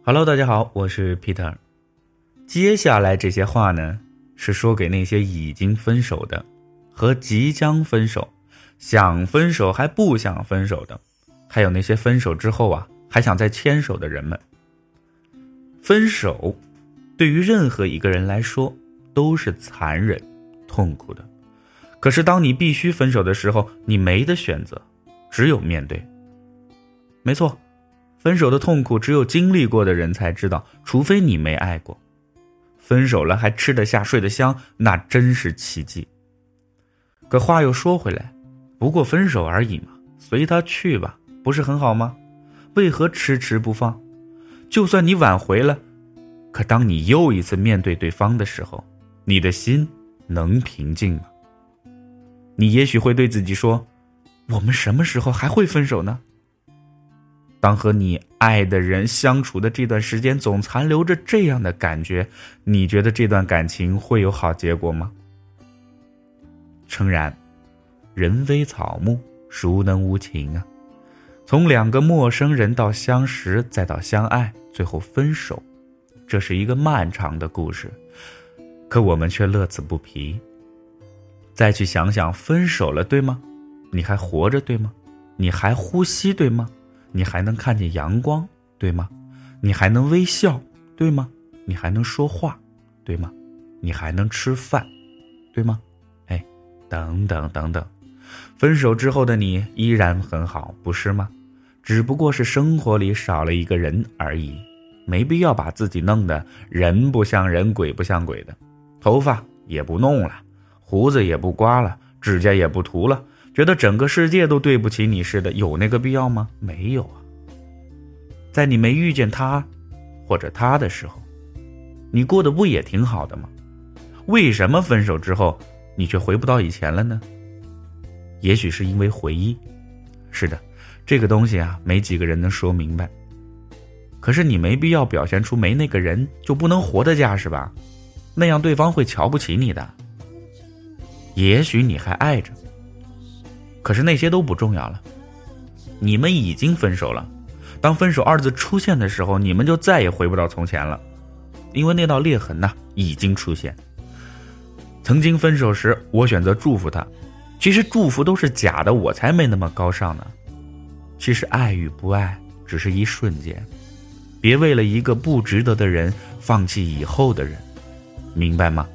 Hello， 大家好，我是 Peter。接下来这些话呢，是说给那些已经分手的，和即将分手，想分手还不想分手的，还有那些分手之后还想再牵手的人们。分手对于任何一个人来说都是残忍、痛苦的。可是当你必须分手的时候，你没得选择，只有面对。没错，分手的痛苦只有经历过的人才知道，除非你没爱过。分手了还吃得下睡得香，那真是奇迹。可话又说回来，不过分手而已嘛，随他去吧，不是很好吗？为何迟迟不放？就算你挽回了，可当你又一次面对对方的时候，你的心能平静吗？你也许会对自己说，我们什么时候还会分手呢？当和你爱的人相处的这段时间总残留着这样的感觉，你觉得这段感情会有好结果吗？诚然，人非草木，孰能无情啊？从两个陌生人到相识，再到相爱，最后分手，这是一个漫长的故事，可我们却乐此不疲。再去想想，分手了对吗？你还活着对吗？你还呼吸对吗？你还能看见阳光对吗？你还能微笑对吗？你还能说话对吗？你还能吃饭对吗？等等等等，分手之后的你依然很好，不是吗？只不过是生活里少了一个人而已，没必要把自己弄得人不像人，鬼不像鬼的，头发也不弄了，胡子也不刮了，指甲也不涂了，觉得整个世界都对不起你似的，有那个必要吗？没有啊。在你没遇见他或者他的时候，你过得不也挺好的吗？为什么分手之后你却回不到以前了呢？也许是因为回忆。是的，这个东西没几个人能说明白。可是你没必要表现出没那个人就不能活的架势吧，那样对方会瞧不起你的。也许你还爱着，可是那些都不重要了。你们已经分手了，当分手二字出现的时候，你们就再也回不到从前了，因为那道裂痕已经出现。曾经分手时，我选择祝福他，其实祝福都是假的，我才没那么高尚呢。其实爱与不爱只是一瞬间，别为了一个不值得的人放弃以后的人，明白吗？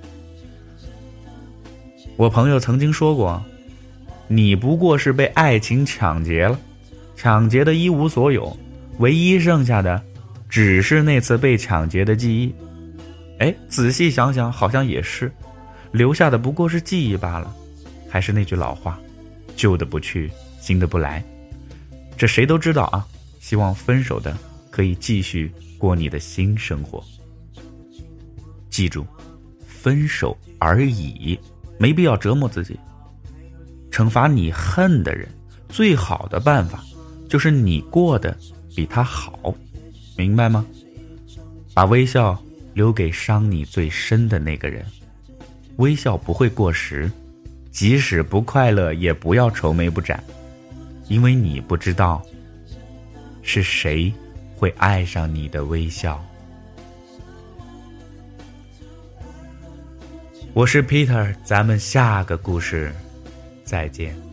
我朋友曾经说过，你不过是被爱情抢劫了，抢劫的一无所有，唯一剩下的只是那次被抢劫的记忆。仔细想想，好像也是，留下的不过是记忆罢了。还是那句老话，旧的不去，新的不来。这谁都知道啊，希望分手的可以继续过你的新生活。记住，分手而已，没必要折磨自己。惩罚你恨的人，最好的办法就是你过得比他好，明白吗？把微笑留给伤你最深的那个人，微笑不会过时，即使不快乐也不要愁眉不展，因为你不知道是谁会爱上你的微笑。我是 Peter， 咱们下个故事再见。